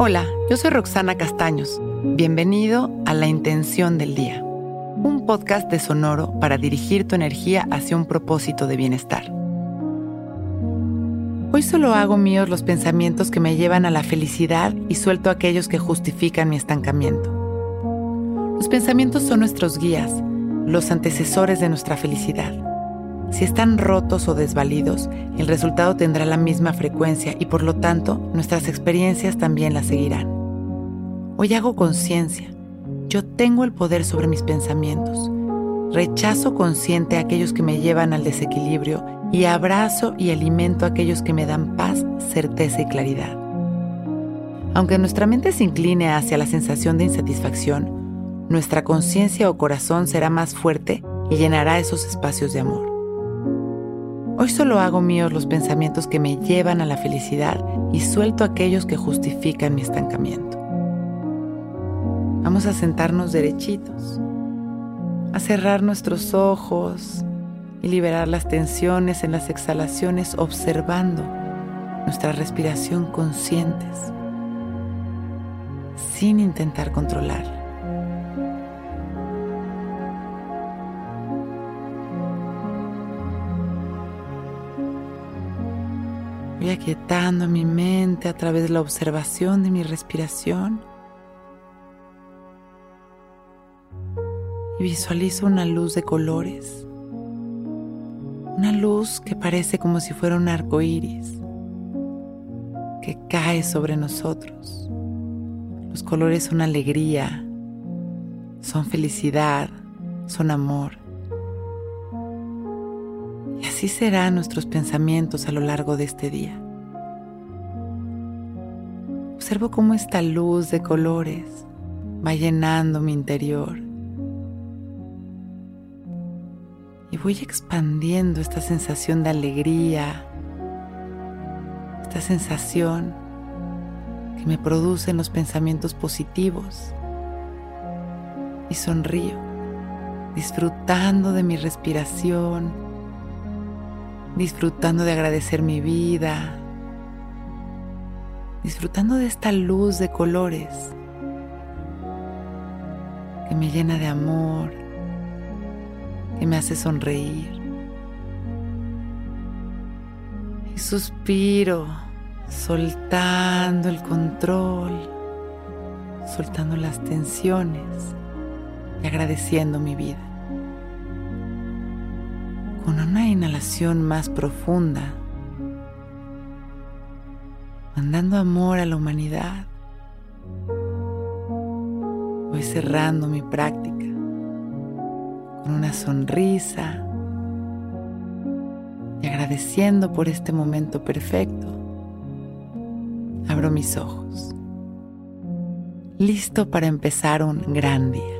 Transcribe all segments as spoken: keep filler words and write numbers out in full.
Hola, yo soy Roxana Castaños. Bienvenido a La Intención del Día, un podcast de Sonoro para dirigir tu energía hacia un propósito de bienestar. Hoy solo hago míos los pensamientos que me llevan a la felicidad y suelto aquellos que justifican mi estancamiento. Los pensamientos son nuestros guías, los antecesores de nuestra felicidad. Si están rotos o desvalidos, el resultado tendrá la misma frecuencia y por lo tanto nuestras experiencias también la seguirán. Hoy hago conciencia. Yo tengo el poder sobre mis pensamientos. Rechazo consciente a aquellos que me llevan al desequilibrio y abrazo y alimento a aquellos que me dan paz, certeza y claridad. Aunque nuestra mente se incline hacia la sensación de insatisfacción, nuestra conciencia o corazón será más fuerte y llenará esos espacios de amor. Hoy solo hago míos los pensamientos que me llevan a la felicidad y suelto aquellos que justifican mi estancamiento. Vamos a sentarnos derechitos, a cerrar nuestros ojos y liberar las tensiones en las exhalaciones observando nuestra respiración conscientes, sin intentar controlarla. Voy aquietando mi mente a través de la observación de mi respiración y visualizo una luz de colores, una luz que parece como si fuera un arco iris que cae sobre nosotros. Los colores son alegría, son felicidad, son amor. Y así serán nuestros pensamientos a lo largo de este día. Observo cómo esta luz de colores va llenando mi interior. Y voy expandiendo esta sensación de alegría, esta sensación que me producen los pensamientos positivos. Y sonrío, disfrutando de mi respiración, disfrutando de agradecer mi vida, disfrutando de esta luz de colores que me llena de amor, que me hace sonreír. Y suspiro, soltando el control, soltando las tensiones y agradeciendo mi vida. Con una inhalación más profunda, mandando amor a la humanidad, voy cerrando mi práctica con una sonrisa y agradeciendo por este momento perfecto. Abro mis ojos, listo para empezar un gran día.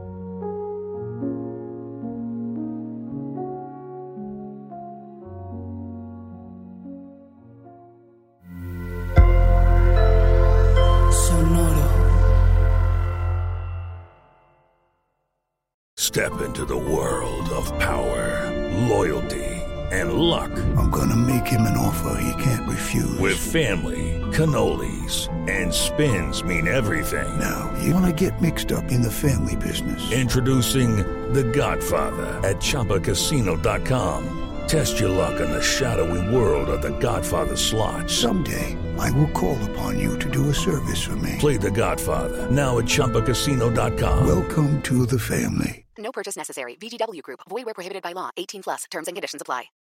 Step into the world of power, loyalty, and luck. I'm gonna make him an offer he can't refuse. With family, cannolis, and spins mean everything. Now, you wanna get mixed up in the family business. Introducing The Godfather at Chumba Casino dot com. Test your luck in the shadowy world of The Godfather slot. Someday, I will call upon you to do a service for me. Play The Godfather now at Chumba Casino dot com. Welcome to the family. No purchase necessary. V G W Group. Void where prohibited by law. eighteen plus. Terms and conditions apply.